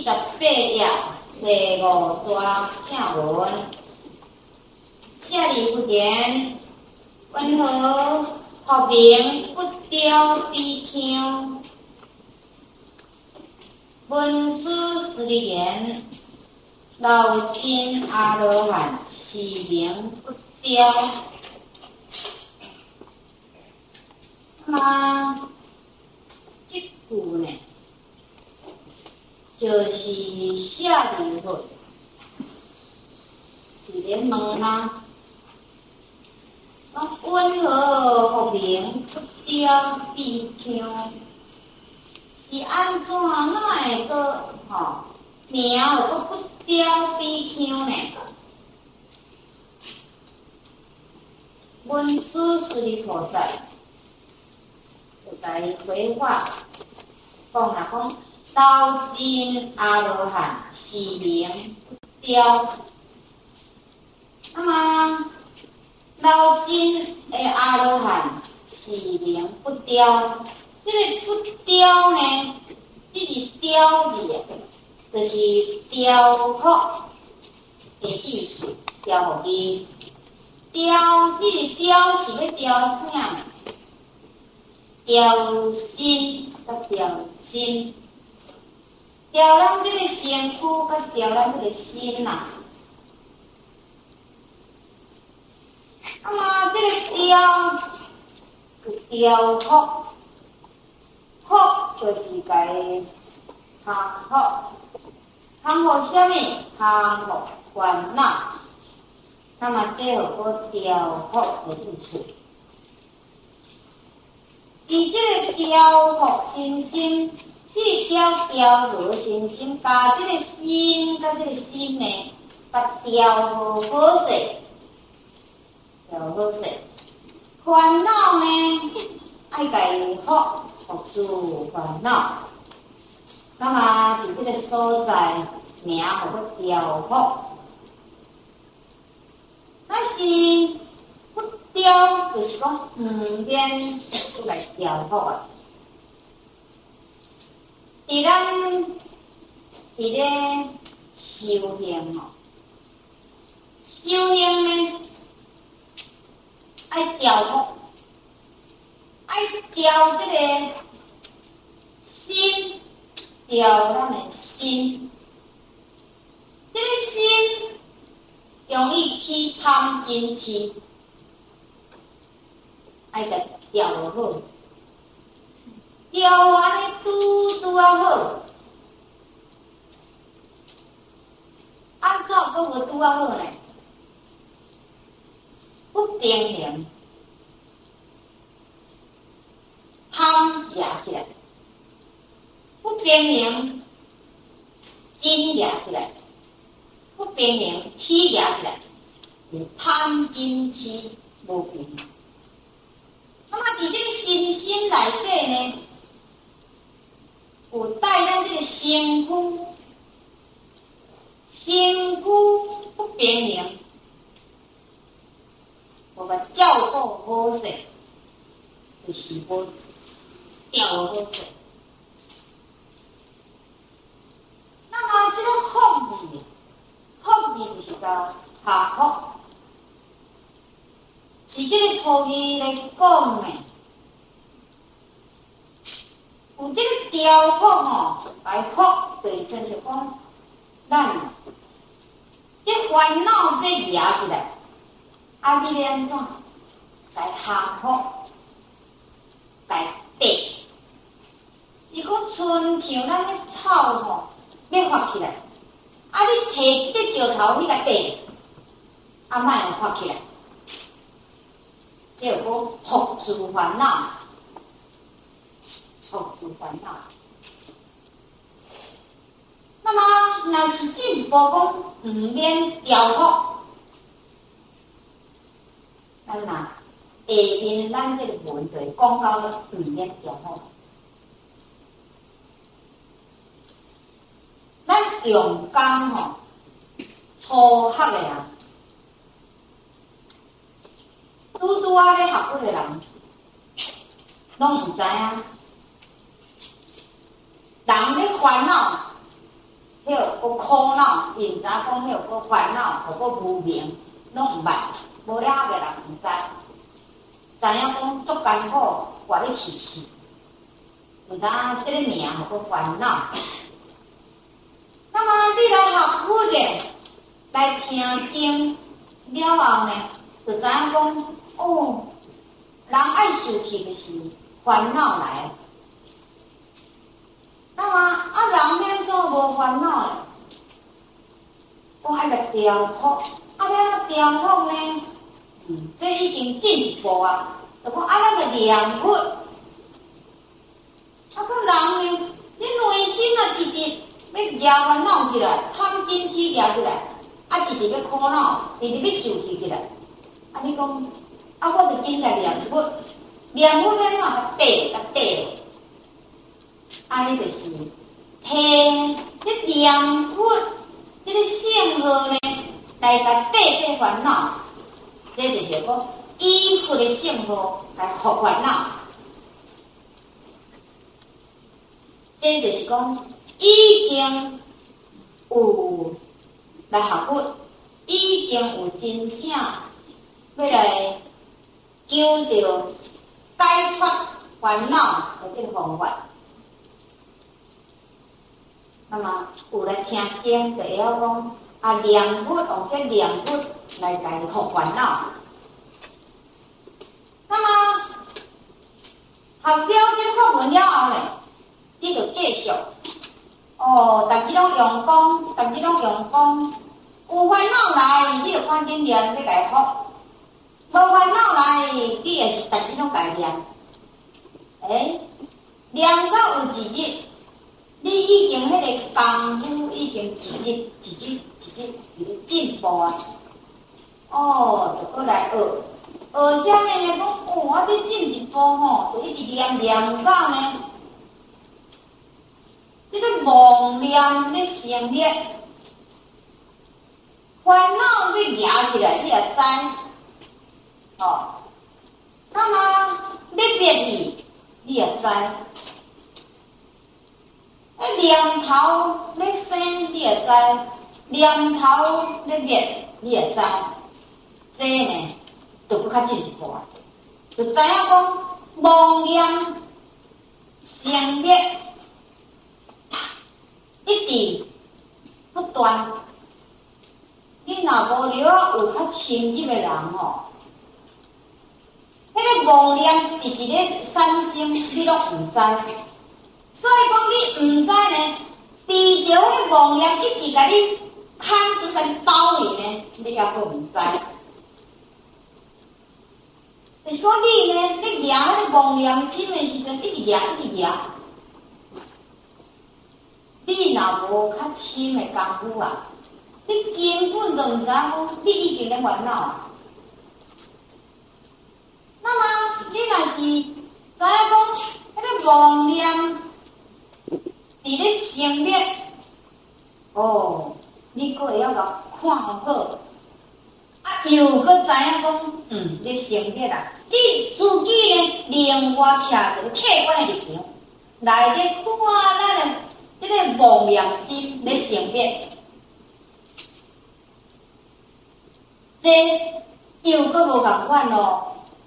页第5段正文。下里不言，温和和平不雕悲腔。文殊师利言，老金阿罗汉是名不雕。这句呢，就是下里会伫咧问他，温和和平不雕悲腔，是安怎哪会个名有个不雕悲腔呢？文殊师利菩萨就甲伊回话，讲老金阿罗汉是名不雕。那么老金的阿罗汉是名不雕，这个不雕呢，这是雕字，就是雕刻的意思，雕刻机。雕，这个雕是要雕啥呢？雕心，甲雕心，雕咱这个身躯，甲雕咱这个心呐。那么这个雕，雕刻，刻就是甲伊降伏，降伏啥物？降伏烦恼。那么这有个雕刻的意思。以这个雕刻身心，去雕合身心，把这个心甲这个心呢，把雕好势，雕好势。烦恼呢，爱甲伊伏住烦恼。那么伫这个所在，名叫做雕刻。那是不雕，就是讲免去来雕刻啊。伫咱咧修行修行呢，爱雕刻，爱雕这个心，雕咱的心，这个心。容易起贪嗔痴，爱甲调好，调完的拄啊好，安怎阁无拄啊好呢？不平衡，贪压起来，不平衡，嗔压起来。不平衡，起压起来，贪嗔痴无平衡。那么伫这个身心内底呢，有带咱这个身躯，身躯不平衡，我把照顾好势，就是要调好势。那么这个控制。福字就是甲下福，以这个粗字来讲呢，有这个雕刻来福，对，就是讲咱这烦恼被压起来，你要安怎来下福，来地？如果春像咱的草要发起来。你摕一个石头去甲地，莫用发起来，这有个伏住烦恼，伏住烦恼。那么，若是进步讲毋免雕刻，咱下面咱这个文就讲到毋免雕刻。咱用功初学的人，拄啊咧学佛的人，拢毋知影，人咧烦恼， 迄个苦恼，因知影讲迄个烦恼，或无明，拢毋捌，无了解人毋知，知影讲足艰苦，活咧气死，毋知影即个名或烦恼。那么你来学佛的，来听经了后呢，就知影讲哦，人爱受气就是烦恼来。那么人免做无烦恼的，讲爱个调伏，了调伏呢，这已经进一步啊。就讲咱个念佛，个人呢，你内心啊直直要抓烦恼起来，贪嗔痴抓起来，直直要苦恼，直直要受气起来。你讲，我就紧来念佛，念佛要怎甲缀落？尼就是听这念佛这个圣号呢，来甲缀这烦恼。这就是讲依佛的圣号来伏烦恼。这就是讲已经有来学佛，已经有真正要来求着解脱烦恼的这个方法。那么有来听经，就会晓讲念佛，用这念佛来解伏烦恼。那么学了这法门了后呢，你就继续逐日拢用功，逐日拢用功。有烦恼来，你就赶紧念要解伏；无烦恼来，你也是逐日拢解念。念到有一日，你已经迄个功夫已经一日进步啊！就过来学啥物呢？讲我这进一步就一直念到呢，这个妄念咧成立，烦恼要压起来，你也知。那么要灭去，你也知。念头咧生，你也知；念头咧灭，你也知。这呢，就搁较进一步啊，就知影讲妄念成立，一直不断。你若无了有较深入的人迄个妄念直直咧产生，你拢毋知。所以讲，你毋知呢，逼着迄个妄念一直甲你牵住、甲你包围呢，你还阁毋知。就是讲，你呢，你抓迄个妄念心的时阵，一直抓。你若无较深的功夫啊，你根本就毋知讲，你已经咧烦恼啊。那么，你若是知影讲，迄个妄念伫咧成立，你阁会晓甲看好，又阁知影讲，咧成立啦。你自己呢，另外徛一个客观的立场，来咧看咱的这个妄念心咧成立，这又阁无共款咯。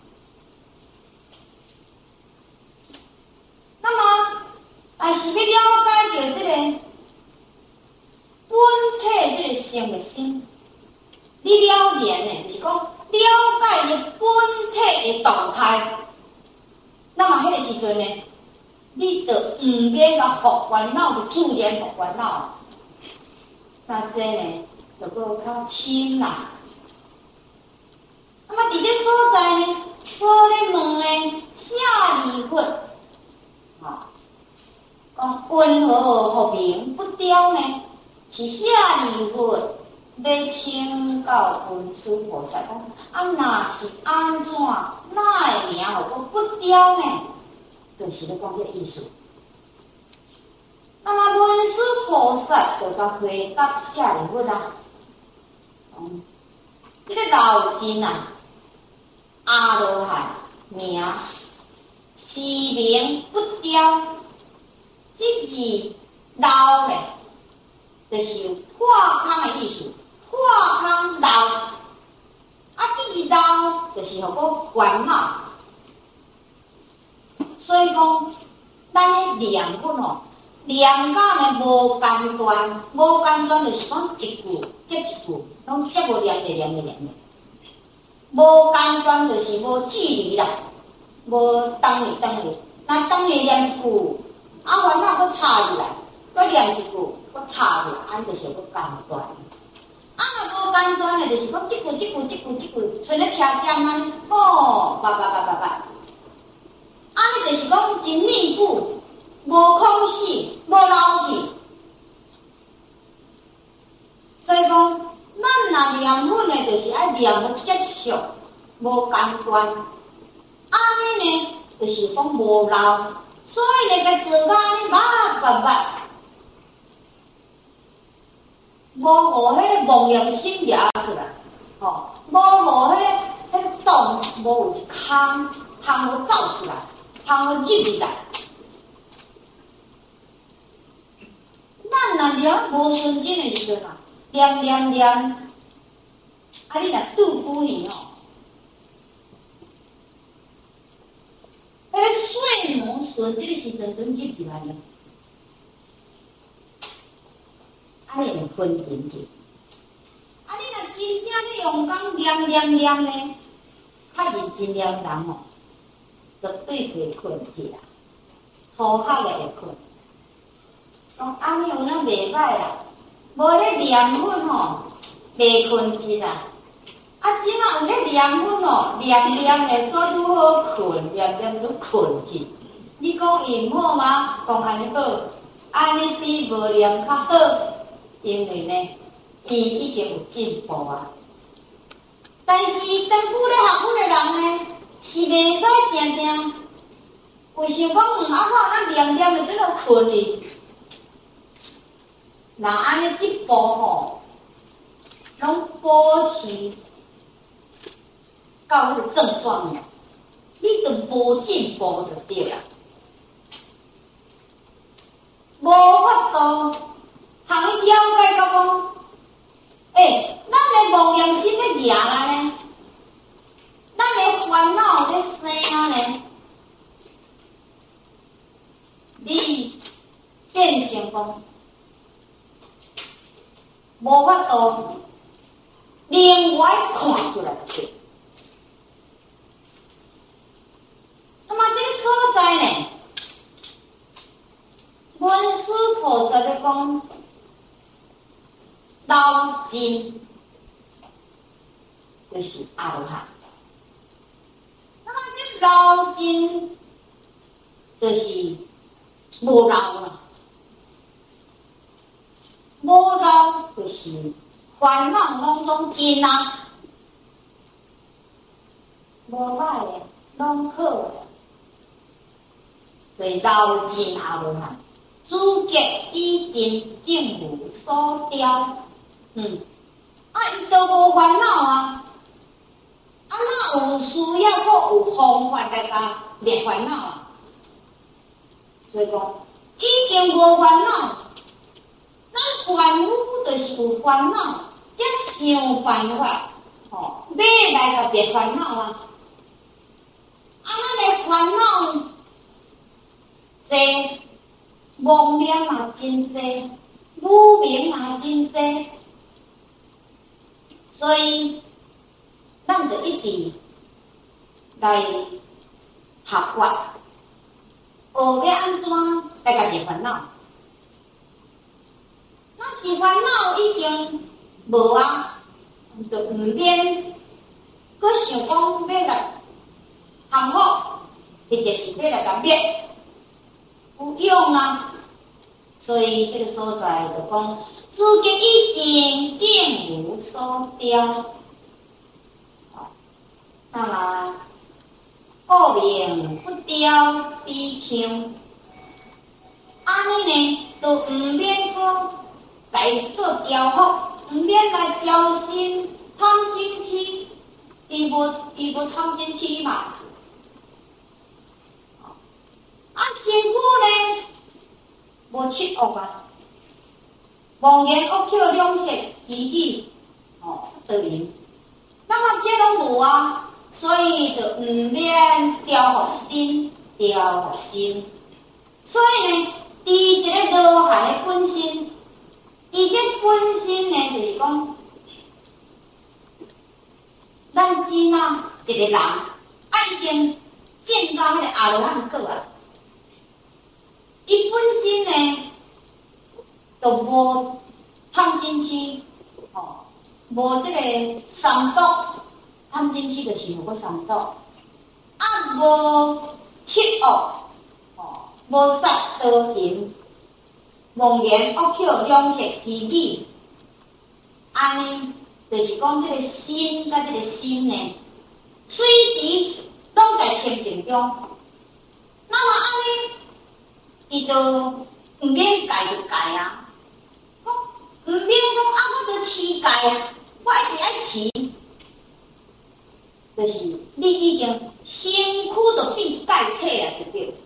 那么，但是要了解到这个本体这个生的心，你了然呢，就是讲了解伊本体的动态。那么迄个时阵呢，你就毋免甲伏烦恼，就自然伏烦恼。那这呢，就搁较深啦。那么伫这所在呢，所咧问的啥离佛？讲温和和平不刁呢，是啥离佛？要请教文殊菩萨讲，若是安怎？哪会名互讲不刁呢？就是咧讲这意思。那么文殊菩萨就甲回答啥离佛啦？这个老真啊，阿罗汉名，是名不刁。这字老呢， 就是有破空的意思，破空漏。这个漏就是互个烦恼。所以讲，咱咧念佛哦，念到咧无间断，无间断就是讲一句接一句，拢接无念咧念咧念咧。无间断就是无距离啦，无等于等于。那等于念一句，烦恼佫插入来，佫念一句，佫插入来，安就是佫间断。若无间断诶，就是讲一句一句一句一句，像咧车针安尼，叭。安尼就是讲真密固，无空隙，无漏气。所以讲，咱若念佛诶，就是爱念个结束，无间断。安尼呢，就是讲无漏。所以咧，个做甲安尼捌。无互迄个妄念心掠出来，无互迄个洞无有一空无走出来，空无入去来。咱若念无顺境的时阵啊，念，你若拄久去迄个睡魔顺这个时阵转入去来呢。安尼会困进去。你若真正咧用功念呢，较认真念人哦，绝对会困去啦。初学的会困。讲安尼有影袂歹啦，无咧念佛吼，袂困去啦。即马有咧念佛吼，念咧说愈好困，念就困去。你讲伊毋好吗？讲安尼好，安尼比无念较好。因为呢，伊已经有进步啊。但是政府咧学佛的人呢，是袂使定定，为想讲好，咱念就做到困去。那安尼一步吼，拢保持到迄个正状了，你就无进步就对啦，无法度。通了解到讲，咱的妄念心咧赢啊呢，咱的烦恼咧生啊呢，你变成讲无法度另外看出来去。那么这个所在呢，文殊菩萨咧讲。老真就是阿罗汉，那么这老真就是无漏啦，无漏就是烦恼拢总真啊，无歹的拢好的，所以老真阿罗汉，主格以真竟无所雕。伊都无烦恼啊，哪有需要佫有方法来甲灭烦恼啊？所以讲，已经无烦恼，咱凡夫就是有烦恼，才想办法，要来甲灭烦恼啊。咱的烦恼多，妄念也真多，无明也真多。所以，咱就一直来学佛，学要安怎来甲灭烦恼？咱是烦恼已经无啊，就唔免佫想讲要来降伏，或者是要来甲灭，有用啊。所以这个所在就讲。诸格以真竟无所雕，那么故名不雕比丘，安尼呢，就唔免讲来做雕刻，唔免来雕身贪嗔痴，伊无贪嗔痴嘛。身躯呢无七恶啊。 妄言恶口两舌绮语，得赢。那么这拢无啊，所以就唔免调伏心，调伏心。所以呢，伫一个罗汉的本身，伊这本身呢，就是讲，咱即马一个人已经见到迄个阿罗汉果啊，伊本身呢，就无贪嗔痴，无这个三毒，贪嗔痴就是有个三毒，无七恶，无杀盗淫，妄言恶口两舌绮语，安尼就是讲这个心甲这个心呢，随时拢在清净中。那么安尼，伊就唔免改就改啊，唔免讲我着持戒啊，我一定爱持，就是你已经身躯就变解体啊，就对。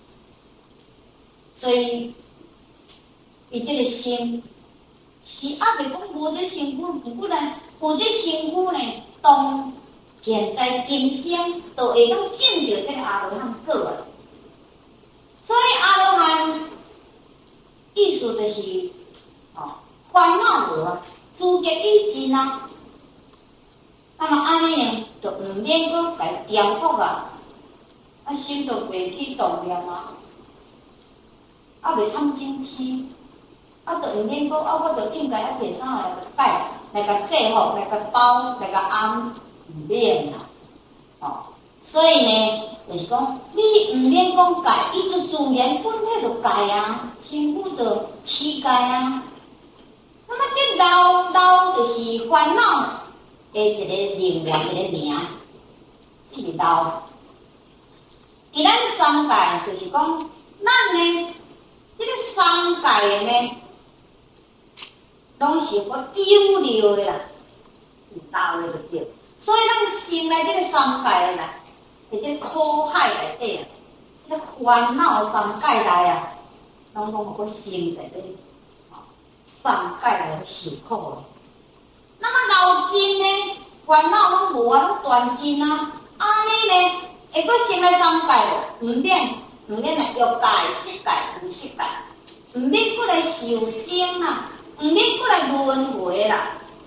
所以，伊这个心是袂讲无这身躯，不过呢，有这身躯呢，当现在今生就会当见到这个阿罗汉果啊。所以阿罗汉意思就是，烦恼无啊，诸结已尽啊。那么安尼呢，就唔免搁来颠覆啊，心就袂去动念啊。袂贪嗔痴，就毋免讲，我就应该摕啥来个改，来个制服，来个包，来个安，毋免啦。所以呢，就是讲，你毋免讲改，伊就自然本体就改啊，身躯就持戒啊。那么这老就是烦恼的一个另外一个名，这个老。伫咱三界就是讲，咱呢。这个三界呢，拢是好有流的啦，道的就对。所以咱心内这个三界啦，在这个苦海内底啊，这个烦恼三界内啊，拢好生在这三界内受苦的。那么老真呢，烦恼拢无啊，拢断尽啊，安尼呢，会搁生来三界无？毋免来欲界、色界、无色界，毋免过来受生啦，毋免过来轮回啦。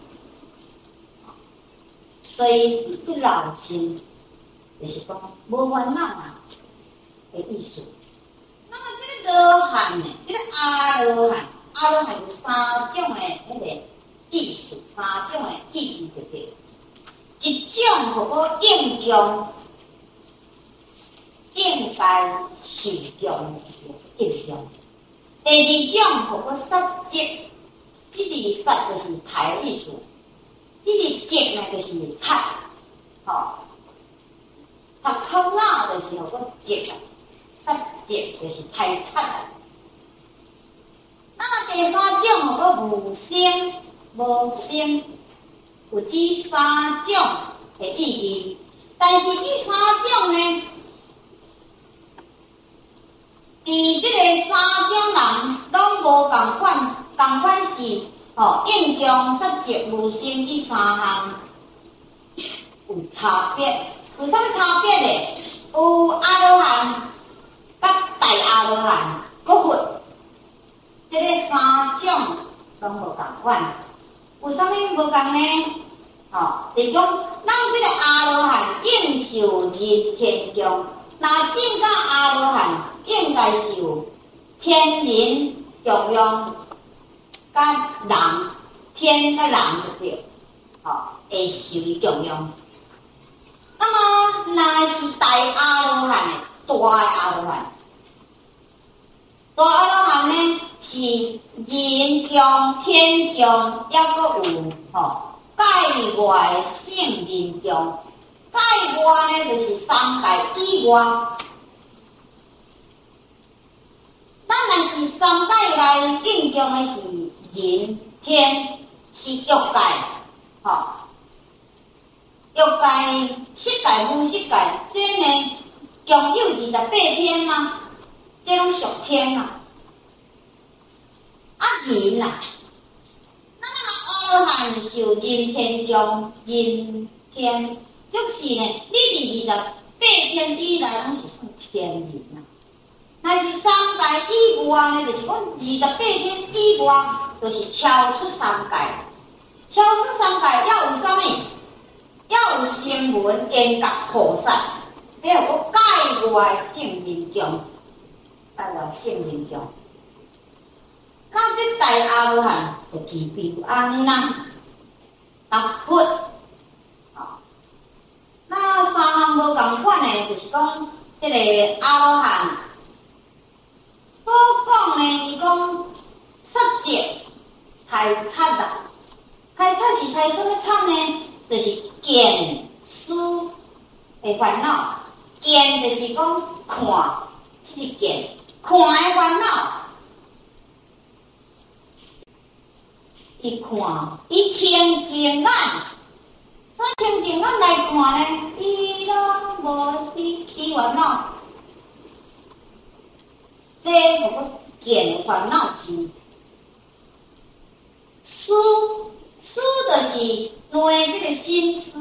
所以这老真就是讲无烦恼啊的意思。那么这个罗汉呢，这个阿罗汉有三种的迄个意思，三种的意义就对。一种互我应用。应该受用应用。第二种，互我杀劫，这个杀就是抬意思，这个劫呢就是菜，读口仔就是互我劫，杀劫就是抬菜。那么第三种，互我无生，有这三种的意义，但是这三种呢？伫这个三种人拢无共款是应供、杀劫、无生这三项有差别。有啥差别咧？有阿罗汉甲大阿罗汉各佛，这个三种拢无共款。有啥物无共呢？就是讲咱这个阿罗汉应受入天宫，那正甲阿罗汉。应该是有天人中庸，甲人天甲人就对，会受于中庸。那么，若是大阿罗汉的大阿罗汉，大阿罗汉呢是人中、天中，也阁有界外圣人中。界外呢就是三界以外。咱若是三界内应供的是人天，是欲界，欲界、色界、无色界，这呢共有28天嘛，这拢属天嘛。人啊， 汉受人天中，人天就是呢，你伫28天以内拢是算天人啊。若是3界以外呢，就是讲28天以外，就是超出3界。超出3界要有啥物？要有声闻缘觉菩萨，这有个界外圣人强，界外圣人强。那这大阿罗汉就具备安尼啦，佛。那3项无共款的，就是讲这个阿罗汉所讲的，伊讲色界排惨啦，排惨是排什么惨呢？就是见思的烦恼，见就是讲看，这是见看的烦恼。伊看，伊清净眼，啥清净眼来看呢？伊拢无伊烦恼，这有个见烦恼钱。思就是内这个心思，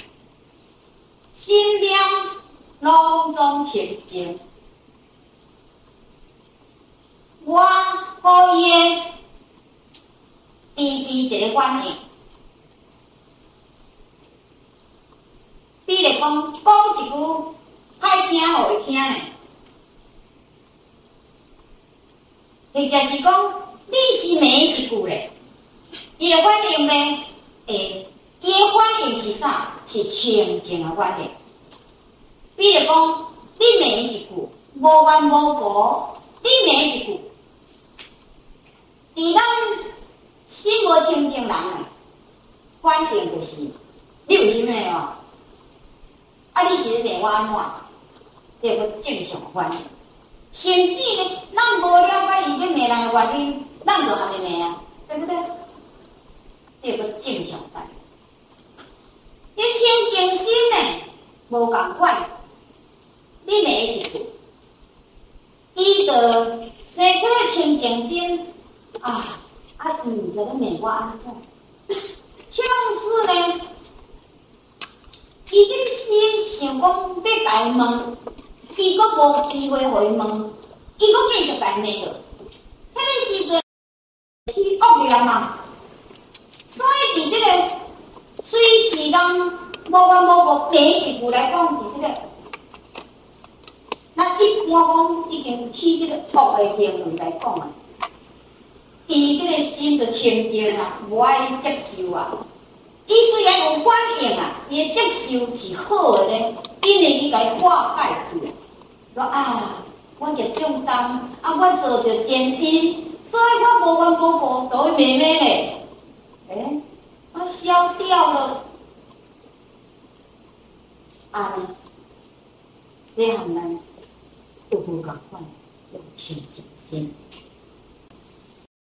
心念拢总清净。我好伊一个反应，比如讲一句歹听互伊听呢，或者是讲你是骂一句咧，伊的反应呢，伊的反应是啥？是清净的反应。比如讲你骂一句无缘无故，你骂一句，伫咱心无清净人诶，反应就是你为什么哦？你是咧骂我安怎？这个正常反应。甚至呢，咱无了解伊咧骂人诶原因，咱就安尼骂啊，对不对？这个正常反应。你清净心呢，无共款。你骂一句，伊就生出来清净心啊。伊就咧骂我安怎？像是呢，伊这个心想讲要甲伊问，伊阁无机会互伊问，伊阁继续甲伊骂落。迄个时阵，去恶念嘛。所以伫这个随时间无缘无故骂一句来讲，伫这个，咱一般讲已经起这个恶的行为来讲啊。伊这个心就清净啊，无爱接受啊。伊虽然有反应啊，伊接受是好的咧，因为伊甲伊化解去。说我业重担，我做着奸因，所以我无缘无故就会骂骂咧。我消掉了。这样呢，就无共款，有清净心。